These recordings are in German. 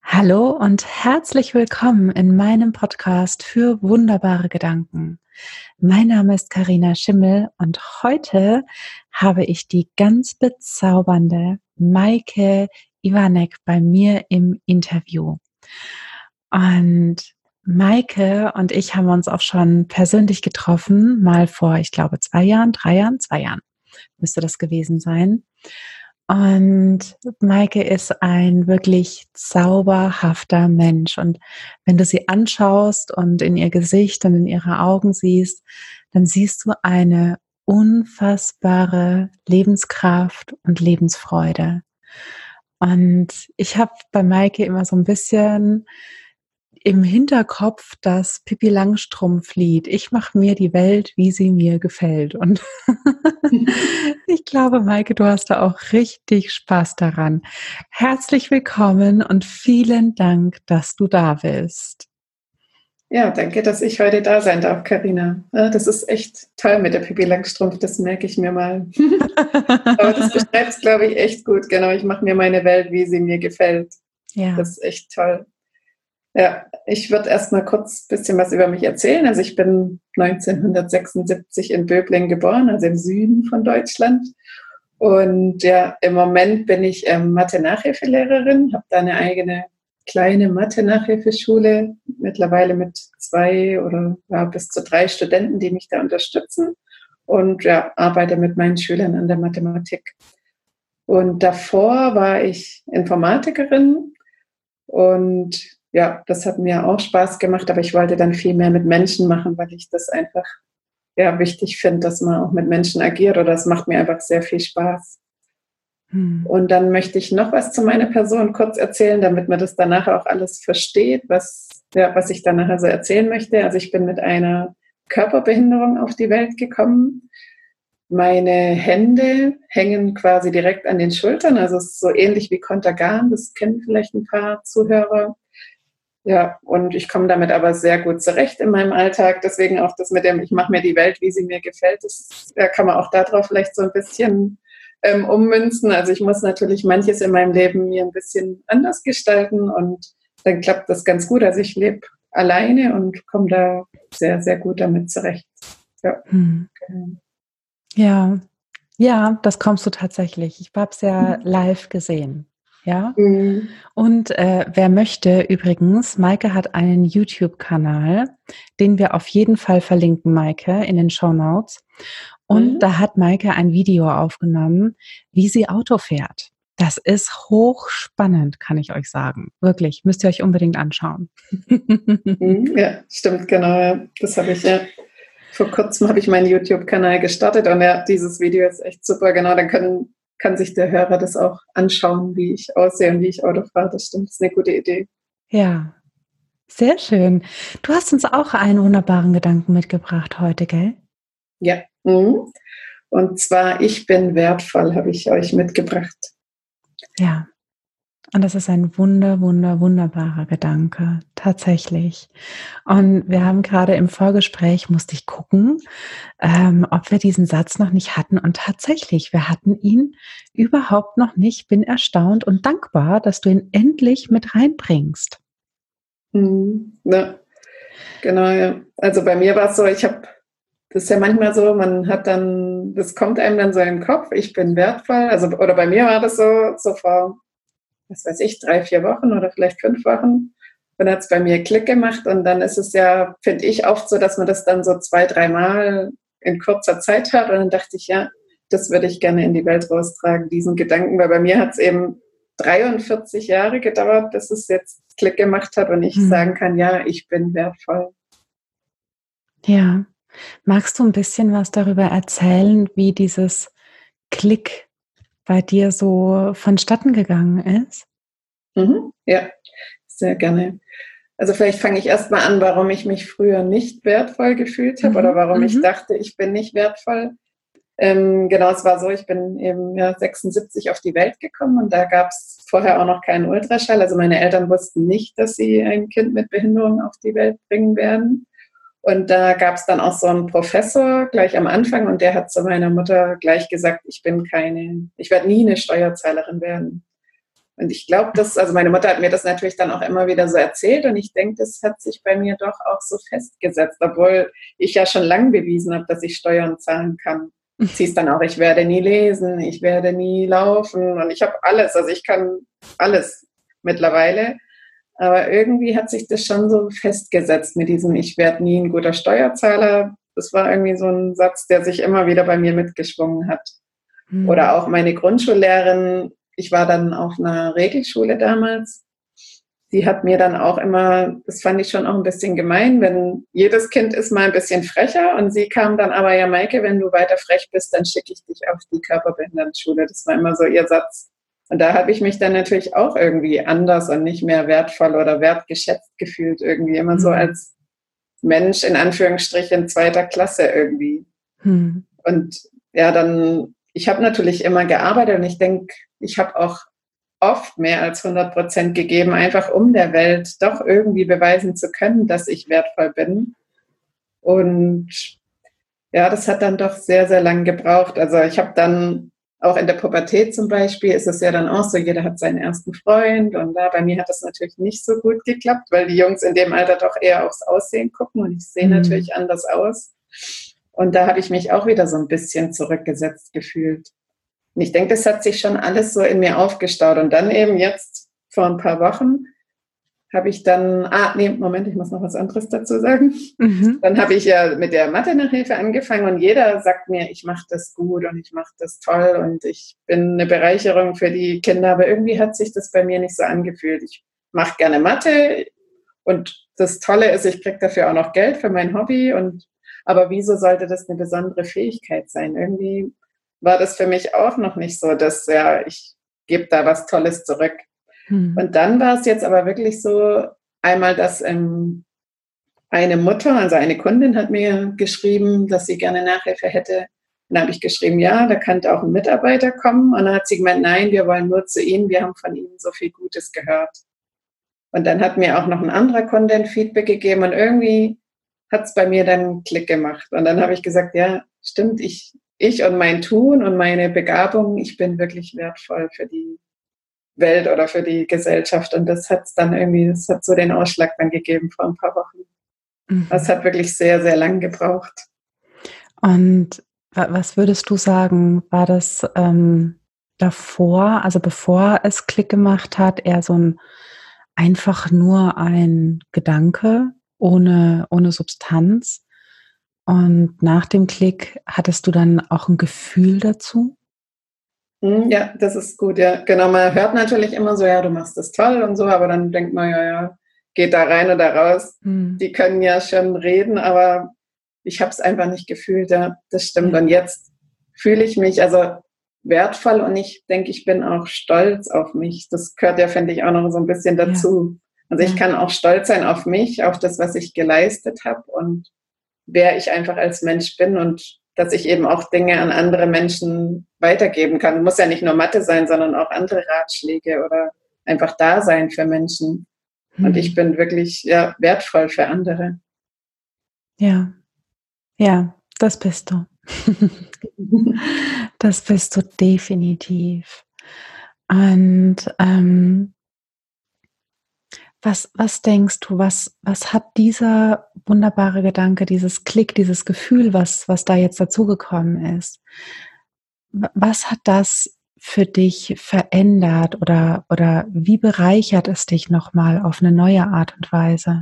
Hallo und herzlich willkommen in meinem Podcast für wunderbare Gedanken. Mein Name ist Karina Schimmel und heute habe ich die ganz bezaubernde Maike Iwanek bei mir im Interview. Und Maike und ich haben uns auch schon persönlich getroffen, mal vor, ich glaube, 2 Jahren müsste das gewesen sein. Und Maike ist ein wirklich zauberhafter Mensch. Und wenn du sie anschaust und in ihr Gesicht und in ihre Augen siehst, dann siehst du eine unfassbare Lebenskraft und Lebensfreude. Und ich habe bei Maike immer so ein bisschen im Hinterkopf das Pippi Langstrumpf-Lied. Ich mache mir die Welt, wie sie mir gefällt. Und ich glaube, Maike, du hast da auch richtig Spaß daran. Herzlich willkommen und vielen Dank, dass du da bist. Ja, danke, dass ich heute da sein darf, Karina. Das ist echt toll mit der Pippi Langstrumpf, das merke ich mir mal. Aber das beschreibt es, glaube ich, echt gut. Genau, ich mache mir meine Welt, wie sie mir gefällt. Ja. Das ist echt toll. Ja, ich würde erst mal kurz ein bisschen was über mich erzählen. Also ich bin 1976 in Böblingen geboren, also im Süden von Deutschland. Und ja, im Moment bin ich Mathe-Nachhilfelehrerin, habe da eine eigene kleine Mathe-Nachhilfeschule, mittlerweile mit 2 oder bis zu 3 Studenten, die mich da unterstützen. Und ja, arbeite mit meinen Schülern an der Mathematik. Und davor war ich Informatikerin und ja, das hat mir auch Spaß gemacht, aber ich wollte dann viel mehr mit Menschen machen, weil ich das einfach wichtig finde, dass man auch mit Menschen agiert, oder es macht mir einfach sehr viel Spaß. Und dann möchte ich noch was zu meiner Person kurz erzählen, damit man das danach auch alles versteht, was ich dann nachher so erzählen möchte. Also ich bin mit einer Körperbehinderung auf die Welt gekommen. Meine Hände hängen quasi direkt an den Schultern, also es ist so ähnlich wie Kontergan, das kennen vielleicht ein paar Zuhörer. Ja, und ich komme damit aber sehr gut zurecht in meinem Alltag. Deswegen auch das mit dem, ich mache mir die Welt, wie sie mir gefällt, da kann man auch darauf vielleicht so ein bisschen ummünzen. Also ich muss natürlich manches in meinem Leben mir ein bisschen anders gestalten und dann klappt das ganz gut. Also ich lebe alleine und komme da sehr, sehr gut damit zurecht. Ja, Ja, ja, das kommst du tatsächlich. Ich habe es ja live gesehen. Ja. Und wer möchte übrigens, Maike hat einen YouTube-Kanal, den wir auf jeden Fall verlinken, Maike, in den Shownotes. Und da hat Maike ein Video aufgenommen, wie sie Auto fährt. Das ist hochspannend, kann ich euch sagen. Wirklich, müsst ihr euch unbedingt anschauen. Ja, stimmt, genau. Ja. Das habe ich ja. Vor kurzem habe ich meinen YouTube-Kanal gestartet und ja, dieses Video ist echt super. Genau, dann kann sich der Hörer das auch anschauen, wie ich aussehe und wie ich Auto fahre. Das stimmt, das ist eine gute Idee. Ja, sehr schön. Du hast uns auch einen wunderbaren Gedanken mitgebracht heute, gell? Ja. Und zwar, ich bin wertvoll, habe ich euch mitgebracht. Ja. Und das ist ein wunderbarer Gedanke, tatsächlich. Und wir haben gerade im Vorgespräch, musste ich gucken, ob wir diesen Satz noch nicht hatten. Und tatsächlich, wir hatten ihn überhaupt noch nicht. Bin erstaunt und dankbar, dass du ihn endlich mit reinbringst. Ja, genau, ja. Also bei mir war es so, das ist ja manchmal so, das kommt einem dann so im Kopf, ich bin wertvoll. Also, oder bei mir war das so vor, was weiß ich, 3, 4 Wochen oder vielleicht 5 Wochen. Dann hat es bei mir Klick gemacht und dann ist es ja, finde ich, oft so, dass man das dann so 2, 3 Mal in kurzer Zeit hat. Und dann dachte ich, ja, das würde ich gerne in die Welt raustragen, diesen Gedanken, weil bei mir hat es eben 43 Jahre gedauert, bis es jetzt Klick gemacht hat und ich sagen kann, ja, ich bin wertvoll. Ja. Magst du ein bisschen was darüber erzählen, wie dieses Klick bei dir so vonstatten gegangen ist? Ja, sehr gerne. Also vielleicht fange ich erst mal an, warum ich mich früher nicht wertvoll gefühlt habe oder warum ich dachte, ich bin nicht wertvoll. Genau, es war so, ich bin eben 76 auf die Welt gekommen und da gab es vorher auch noch keinen Ultraschall. Also meine Eltern wussten nicht, dass sie ein Kind mit Behinderung auf die Welt bringen werden. Und da gab es dann auch so einen Professor gleich am Anfang und der hat zu meiner Mutter gleich gesagt, ich werde nie eine Steuerzahlerin werden. Und ich glaube, also meine Mutter hat mir das natürlich dann auch immer wieder so erzählt und ich denke, das hat sich bei mir doch auch so festgesetzt, obwohl ich ja schon lange bewiesen habe, dass ich Steuern zahlen kann. Es hieß dann auch, ich werde nie lesen, ich werde nie laufen und ich habe alles, also ich kann alles mittlerweile. Aber irgendwie hat sich das schon so festgesetzt mit diesem, ich werde nie ein guter Steuerzahler. Das war irgendwie so ein Satz, der sich immer wieder bei mir mitgeschwungen hat. Oder auch meine Grundschullehrerin, ich war dann auf einer Regelschule damals, die hat mir dann auch immer, das fand ich schon auch ein bisschen gemein, wenn jedes Kind ist mal ein bisschen frecher und sie kam dann aber, ja Maike, wenn du weiter frech bist, dann schicke ich dich auf die Körperbehindertenschule. Das war immer so ihr Satz. Und da habe ich mich dann natürlich auch irgendwie anders und nicht mehr wertvoll oder wertgeschätzt gefühlt, irgendwie immer so als Mensch in Anführungsstrichen zweiter Klasse irgendwie. Und ja, dann, ich habe natürlich immer gearbeitet und ich denke, ich habe auch oft mehr als 100% gegeben, einfach um der Welt doch irgendwie beweisen zu können, dass ich wertvoll bin. Und ja, das hat dann doch sehr, sehr lang gebraucht. Also ich habe dann auch in der Pubertät zum Beispiel, ist es ja dann auch so, jeder hat seinen ersten Freund und da bei mir hat das natürlich nicht so gut geklappt, weil die Jungs in dem Alter doch eher aufs Aussehen gucken und ich sehe natürlich anders aus. Und da habe ich mich auch wieder so ein bisschen zurückgesetzt gefühlt. Und ich denke, das hat sich schon alles so in mir aufgestaut. Und dann eben jetzt vor ein paar Wochen habe ich dann, Moment, ich muss noch was anderes dazu sagen. Dann habe ich ja mit der Mathe-Nachhilfe angefangen und jeder sagt mir, ich mache das gut und ich mache das toll und ich bin eine Bereicherung für die Kinder. Aber irgendwie hat sich das bei mir nicht so angefühlt. Ich mache gerne Mathe und das Tolle ist, ich kriege dafür auch noch Geld für mein Hobby. Aber wieso sollte das eine besondere Fähigkeit sein? Irgendwie war das für mich auch noch nicht so, dass ja, ich gebe da was Tolles zurück. Und dann war es jetzt aber wirklich so, einmal, dass eine Mutter, also eine Kundin hat mir geschrieben, dass sie gerne Nachhilfe hätte. Und dann habe ich geschrieben, ja, da kann auch ein Mitarbeiter kommen. Und dann hat sie gemeint, nein, wir wollen nur zu Ihnen, wir haben von Ihnen so viel Gutes gehört. Und dann hat mir auch noch ein anderer Kundin Feedback gegeben und irgendwie hat es bei mir dann einen Klick gemacht. Und dann habe ich gesagt, ja, stimmt, ich und mein Tun und meine Begabung, ich bin wirklich wertvoll für die Welt oder für die Gesellschaft. Und das hat so den Ausschlag dann gegeben vor ein paar Wochen. Das hat wirklich sehr, sehr lang gebraucht. Und was würdest du sagen, war das davor, also bevor es Klick gemacht hat, eher so einfach nur ein Gedanke ohne Substanz? Und nach dem Klick hattest du dann auch ein Gefühl dazu? Ja, das ist gut, ja. Genau, man hört natürlich immer so, ja, du machst das toll und so, aber dann denkt man, ja, geht da rein oder raus. Die können ja schon reden, aber ich habe es einfach nicht gefühlt, ja, das stimmt. Und jetzt fühle ich mich also wertvoll und ich denke, ich bin auch stolz auf mich. Das gehört ja, finde ich, auch noch so ein bisschen dazu. Also ich kann auch stolz sein auf mich, auf das, was ich geleistet habe und wer ich einfach als Mensch bin und dass ich eben auch Dinge an andere Menschen weitergeben kann. Muss ja nicht nur Mathe sein, sondern auch andere Ratschläge oder einfach da sein für Menschen. Und ich bin wirklich wertvoll für andere. Ja, das bist du. Das bist du definitiv. Und was denkst du, was hat dieser wunderbare Gedanke, dieses Klick, dieses Gefühl, was da jetzt dazugekommen ist, was hat das für dich verändert oder wie bereichert es dich nochmal auf eine neue Art und Weise?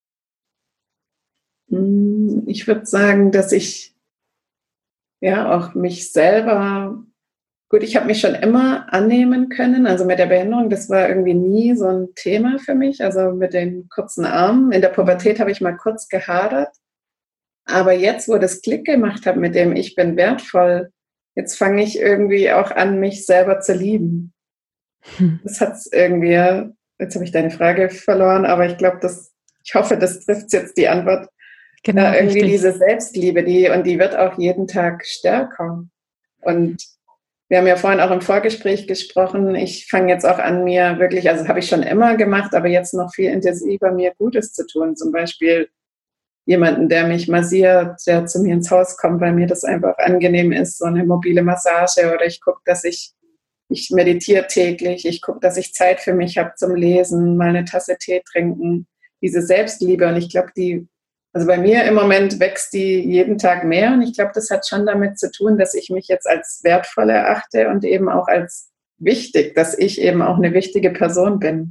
Ich würde sagen, dass ich auch mich selber, gut, ich habe mich schon immer annehmen können, also mit der Behinderung, das war irgendwie nie so ein Thema für mich, also mit den kurzen Armen. In der Pubertät habe ich mal kurz gehadert, aber jetzt, wo das Klick gemacht hat mit dem ich bin wertvoll, jetzt fange ich irgendwie auch an, mich selber zu lieben. Das hat es irgendwie, jetzt habe ich deine Frage verloren, aber ich glaube, ich hoffe, das trifft jetzt die Antwort. Genau, irgendwie richtig. diese Selbstliebe, die wird auch jeden Tag stärker. Und wir haben ja vorhin auch im Vorgespräch gesprochen, ich fange jetzt auch an, mir wirklich, also das habe ich schon immer gemacht, aber jetzt noch viel intensiver, mir Gutes zu tun. Zum Beispiel jemanden, der mich massiert, der zu mir ins Haus kommt, weil mir das einfach angenehm ist, so eine mobile Massage. Oder ich gucke, dass ich ich meditiere täglich, ich gucke, dass ich Zeit für mich habe zum Lesen, mal eine Tasse Tee trinken, diese Selbstliebe. Und ich glaube, also bei mir im Moment wächst die jeden Tag mehr. Und ich glaube, das hat schon damit zu tun, dass ich mich jetzt als wertvoll erachte und eben auch als wichtig, dass ich eben auch eine wichtige Person bin.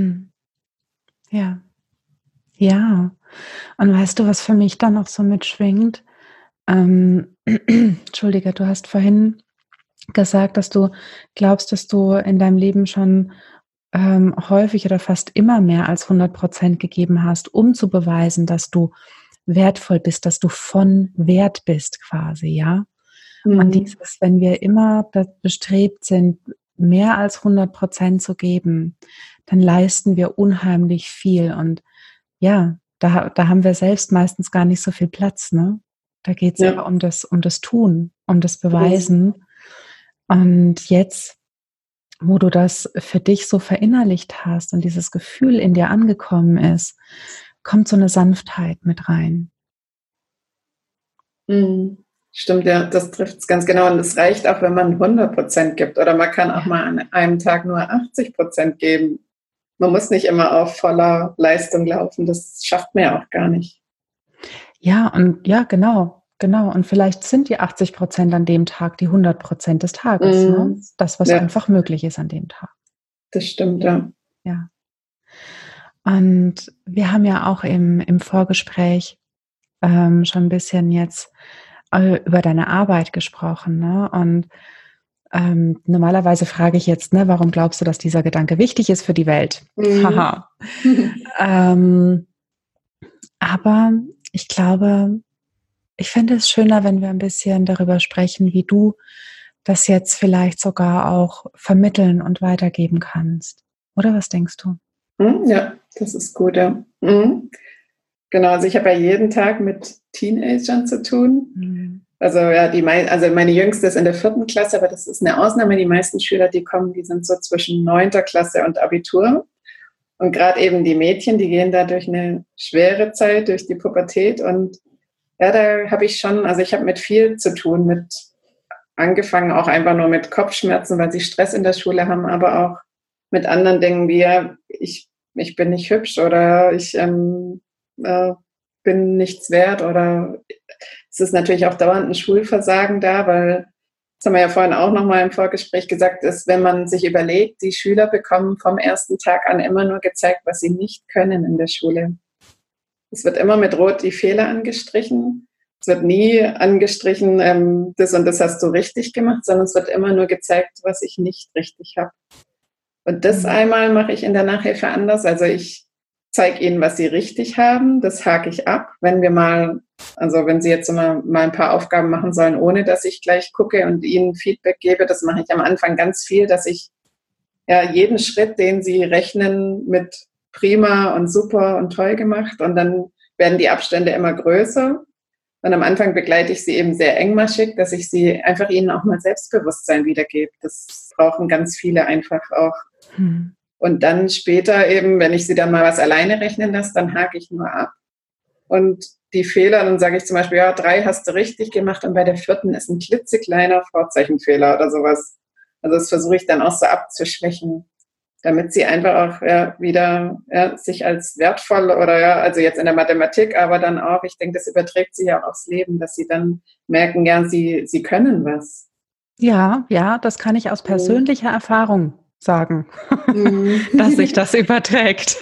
Ja. Ja. Und weißt du, was für mich da noch so mitschwingt? Entschuldige, du hast vorhin gesagt, dass du glaubst, dass du in deinem Leben schon häufig oder fast immer mehr als 100% gegeben hast, um zu beweisen, dass du wertvoll bist, dass du von Wert bist quasi, ja? Und dieses, wenn wir immer bestrebt sind, mehr als 100% zu geben, dann leisten wir unheimlich viel. Und ja, da haben wir selbst meistens gar nicht so viel Platz, ne? Da geht es eher um das Tun, um das Beweisen. Und jetzt, wo du das für dich so verinnerlicht hast und dieses Gefühl in dir angekommen ist, kommt so eine Sanftheit mit rein. Stimmt, ja, das trifft es ganz genau. Und es reicht auch, wenn man 100% gibt. Oder man kann auch mal an einem Tag nur 80% geben. Man muss nicht immer auf voller Leistung laufen. Das schafft man ja auch gar nicht. Ja, und ja, genau. Und vielleicht sind die 80% an dem Tag die 100% des Tages. Ne? Das, was einfach möglich ist an dem Tag. Das stimmt, ja. Ja. Und wir haben ja auch im Vorgespräch schon ein bisschen jetzt über deine Arbeit gesprochen. Ne? Und normalerweise frage ich jetzt, ne, warum glaubst du, dass dieser Gedanke wichtig ist für die Welt? Haha. Aber ich glaube, ich finde es schöner, wenn wir ein bisschen darüber sprechen, wie du das jetzt vielleicht sogar auch vermitteln und weitergeben kannst. Oder was denkst du? Ja, das ist gut, ja. Genau, also ich habe ja jeden Tag mit Teenagern zu tun. Also ja, also meine Jüngste ist in der 4. Klasse, aber das ist eine Ausnahme. Die meisten Schüler, die kommen, die sind so zwischen 9. Klasse und Abitur. Und gerade eben die Mädchen, die gehen da durch eine schwere Zeit, durch die Pubertät. Und ja, da habe ich schon, also ich habe mit viel zu tun, angefangen auch einfach nur mit Kopfschmerzen, weil sie Stress in der Schule haben, aber auch mit anderen Dingen wie, ich bin nicht hübsch oder ich bin nichts wert oder es ist natürlich auch dauernd ein Schulversagen da, weil, das haben wir ja vorhin auch nochmal im Vorgespräch gesagt, ist, wenn man sich überlegt, die Schüler bekommen vom ersten Tag an immer nur gezeigt, was sie nicht können in der Schule. Es wird immer mit Rot die Fehler angestrichen. Es wird nie angestrichen, das und das hast du richtig gemacht, sondern es wird immer nur gezeigt, was ich nicht richtig habe. Und das einmal mache ich in der Nachhilfe anders. Also ich zeige ihnen, was sie richtig haben. Das hake ich ab. Wenn sie jetzt mal ein paar Aufgaben machen sollen, ohne dass ich gleich gucke und ihnen Feedback gebe, das mache ich am Anfang ganz viel, dass ich ja jeden Schritt, den sie rechnen, mit prima und super und toll gemacht. Und dann werden die Abstände immer größer. Und am Anfang begleite ich sie eben sehr engmaschig, dass ich sie einfach ihnen auch mal Selbstbewusstsein wiedergebe. Das brauchen ganz viele einfach auch. Und dann später eben, wenn ich sie dann mal was alleine rechnen lasse, dann hake ich nur ab. Und die Fehler, dann sage ich zum Beispiel, ja, 3 hast du richtig gemacht und bei der 4. ist ein klitzekleiner Vorzeichenfehler oder sowas. Also das versuche ich dann auch so abzuschwächen, damit sie einfach auch wieder sich als wertvoll oder also jetzt in der Mathematik, aber dann auch, ich denke, das überträgt sich ja auch aufs Leben, dass sie dann merken, sie können was. Ja, das kann ich aus persönlicher Erfahrung sagen, dass sich das überträgt.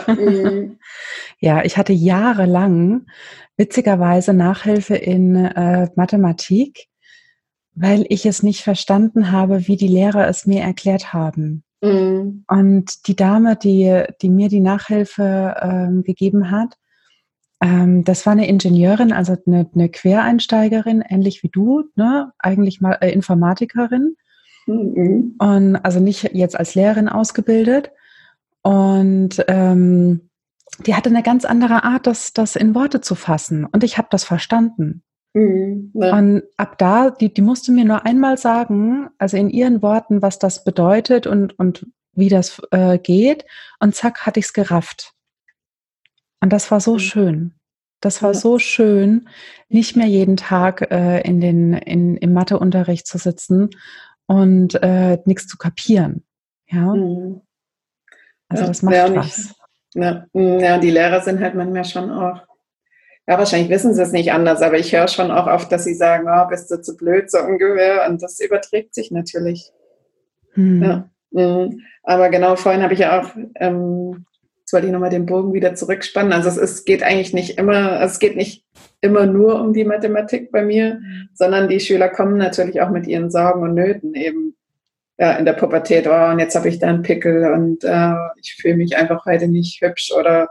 Ja, ich hatte jahrelang witzigerweise Nachhilfe in Mathematik, weil ich es nicht verstanden habe, wie die Lehrer es mir erklärt haben. Und die Dame, die mir die Nachhilfe gegeben hat, das war eine Ingenieurin, also eine Quereinsteigerin, ähnlich wie du, ne? Eigentlich mal Informatikerin. Und also nicht jetzt als Lehrerin ausgebildet. Und die hatte eine ganz andere Art, das in Worte zu fassen. Und ich habe das verstanden. Und ab da, die musste mir nur einmal sagen, also in ihren Worten, was das bedeutet und wie das geht. Und zack, hatte ich es gerafft. Und das war so schön. Das war so schön, nicht mehr jeden Tag im Matheunterricht zu sitzen und nichts zu kapieren. Ja, Mhm. also Ja, das ja, macht und was. ja, die Lehrer sind halt manchmal schon auch, ja, wahrscheinlich wissen sie es nicht anders, aber ich höre schon auch oft, dass sie sagen, oh, bist du zu blöd, so ungefähr. Und das überträgt sich natürlich. Ja. Hm. Aber genau, vorhin habe ich ja auch, jetzt wollte ich nochmal den Bogen wieder zurückspannen. Also es geht eigentlich nicht immer, also es geht nicht immer nur um die Mathematik bei mir, sondern die Schüler kommen natürlich auch mit ihren Sorgen und Nöten eben, ja, in der Pubertät. Oh, und jetzt habe ich da einen Pickel und ich fühle mich einfach heute nicht hübsch oder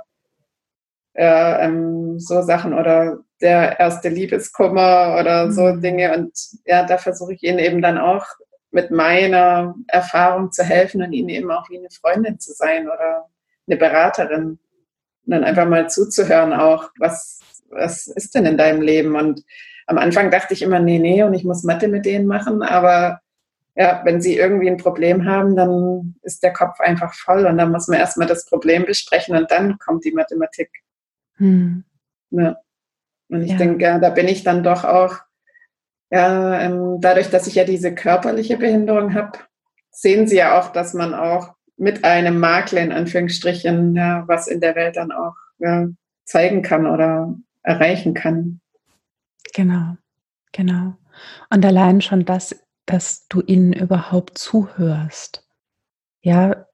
so Sachen oder der erste Liebeskummer oder so Dinge. Und ja, da versuche ich ihnen eben dann auch mit meiner Erfahrung zu helfen und ihnen eben auch wie eine Freundin zu sein oder eine Beraterin. Und dann einfach mal zuzuhören auch, was ist denn in deinem Leben? Und am Anfang dachte ich immer, nee, und ich muss Mathe mit denen machen, aber ja, wenn sie irgendwie ein Problem haben, dann ist der Kopf einfach voll und dann muss man erstmal das Problem besprechen und dann kommt die Mathematik. Hm. Ja. Und ich Ja, denke, ja, da bin ich dann doch auch, ja, dadurch, dass ich ja diese körperliche Behinderung habe, sehen Sie ja auch, dass man auch mit einem Makel in Anführungsstrichen, ja, was in der Welt dann auch, ja, zeigen kann oder erreichen kann. genau, genau. Und allein schon das, dass du ihnen überhaupt zuhörst, ja,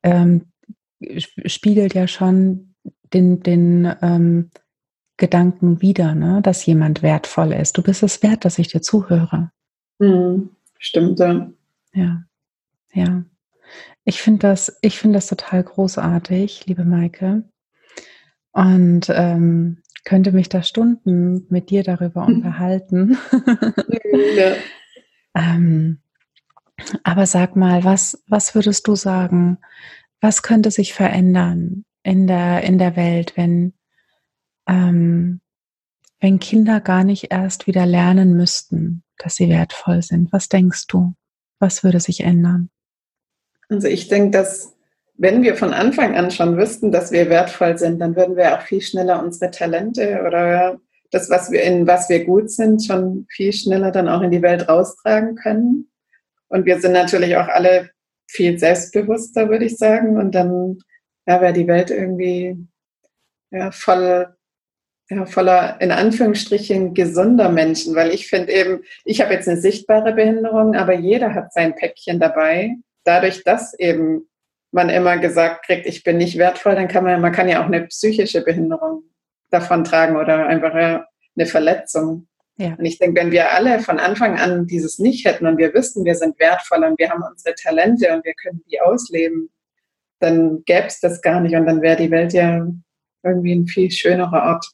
spiegelt ja schon den Gedanken wider, ne, dass jemand wertvoll ist. Du bist es wert, dass ich dir zuhöre. Stimmt, ja. Ja, ja. Ich finde das total großartig, liebe Maike, und könnte mich da Stunden mit dir darüber unterhalten. Ja. ähm, aber sag mal, was würdest du sagen, was könnte sich verändern in der Welt, ähm, wenn Kinder gar nicht erst wieder lernen müssten, dass sie wertvoll sind? Was denkst du? Was würde sich ändern? Also ich denke, dass wenn wir von Anfang an schon wüssten, dass wir wertvoll sind, dann würden wir auch viel schneller unsere Talente oder das, in was wir gut sind, schon viel schneller dann auch in die Welt raustragen können. Und wir sind natürlich auch alle viel selbstbewusster, würde ich sagen. Und dann ja, wäre die Welt irgendwie ja, voller, in Anführungsstrichen, gesunder Menschen. Weil ich finde eben, ich habe jetzt eine sichtbare Behinderung, aber jeder hat sein Päckchen dabei. Dadurch, dass eben man immer gesagt kriegt, ich bin nicht wertvoll, dann man kann ja auch eine psychische Behinderung davon tragen oder einfach ja, eine Verletzung. Ja, Und ich denke, wenn wir alle von Anfang an dieses nicht hätten und wir wüssten, wir sind wertvoll und wir haben unsere Talente und wir können die ausleben, dann gäbe es das gar nicht und dann wäre die Welt ja irgendwie ein viel schönerer Ort.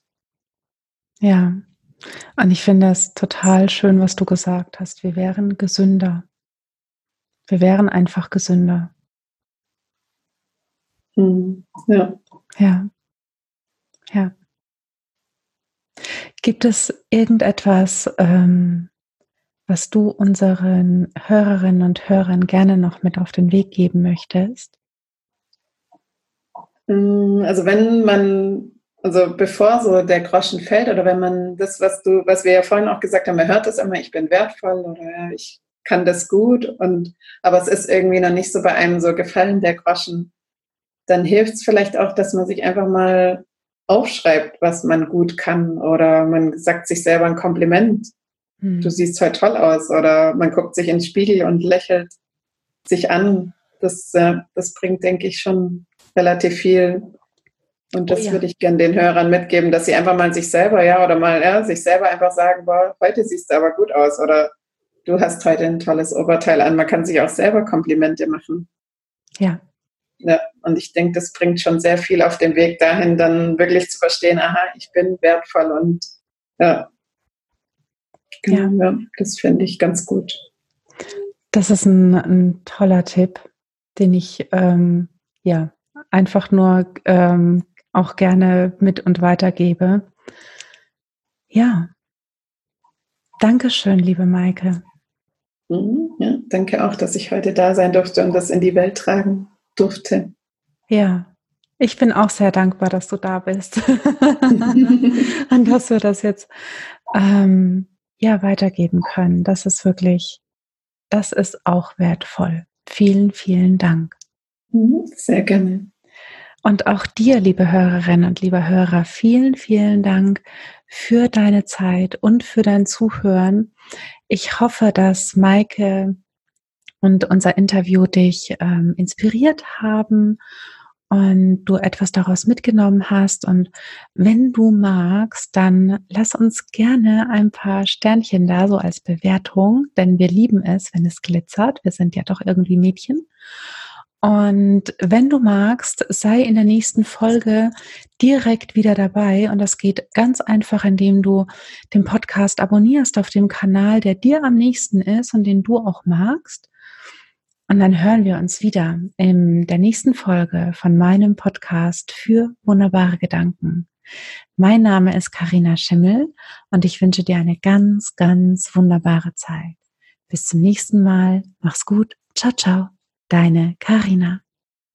ja. Und ich finde es total schön, was du gesagt hast. Wir wären gesünder. Wir wären einfach gesünder. Ja. Ja, ja. Gibt es irgendetwas, was du unseren Hörerinnen und Hörern gerne noch mit auf den Weg geben möchtest? Also wenn man, also bevor so der Groschen fällt oder wenn man das, was wir ja vorhin auch gesagt haben, man hört das immer, ich bin wertvoll oder ja, ich kann das gut aber es ist irgendwie noch nicht so bei einem so gefallen, der Groschen, dann hilft es vielleicht auch, dass man sich einfach mal aufschreibt, was man gut kann oder man sagt sich selber ein Kompliment. Du siehst heute toll aus oder man guckt sich ins Spiegel und lächelt sich an. Das bringt, denke ich, schon relativ viel. Und Oh das ja. würde ich gerne den Hörern mitgeben, dass sie einfach mal sich selber, ja, oder mal ja, sich selber einfach sagen, boah, heute siehst du aber gut aus oder du hast heute ein tolles Oberteil an. Man kann sich auch selber Komplimente machen. Ja, Ja, und ich denke, das bringt schon sehr viel auf den Weg dahin, dann wirklich zu verstehen, aha, ich bin wertvoll und ja, ja. genau, ja, das finde ich ganz gut. Das ist ein toller Tipp, den ich ja einfach nur auch gerne mit und weitergebe. Ja, danke schön, liebe Maike. Ja, danke auch, dass ich heute da sein durfte und das in die Welt tragen durfte. Ja, ich bin auch sehr dankbar, dass du da bist und dass wir das jetzt ja weitergeben können. Das ist wirklich das ist auch wertvoll. Vielen, vielen Dank. Sehr gerne. Und auch dir, liebe Hörerinnen und lieber Hörer, vielen, vielen Dank für deine Zeit und für dein Zuhören. Ich hoffe, dass Maike und unser Interview dich inspiriert haben und du etwas daraus mitgenommen hast. Und wenn du magst, dann lass uns gerne ein paar Sternchen da, so als Bewertung, denn wir lieben es, wenn es glitzert. Wir sind ja doch irgendwie Mädchen. Und wenn du magst, sei in der nächsten Folge direkt wieder dabei. Und das geht ganz einfach, indem du den Podcast abonnierst auf dem Kanal, der dir am nächsten ist und den du auch magst. Und dann hören wir uns wieder in der nächsten Folge von meinem Podcast für wunderbare Gedanken. Mein Name ist Carina Schimmel und ich wünsche dir eine ganz, ganz wunderbare Zeit. Bis zum nächsten Mal. Mach's gut. Ciao, ciao. Deine Carina.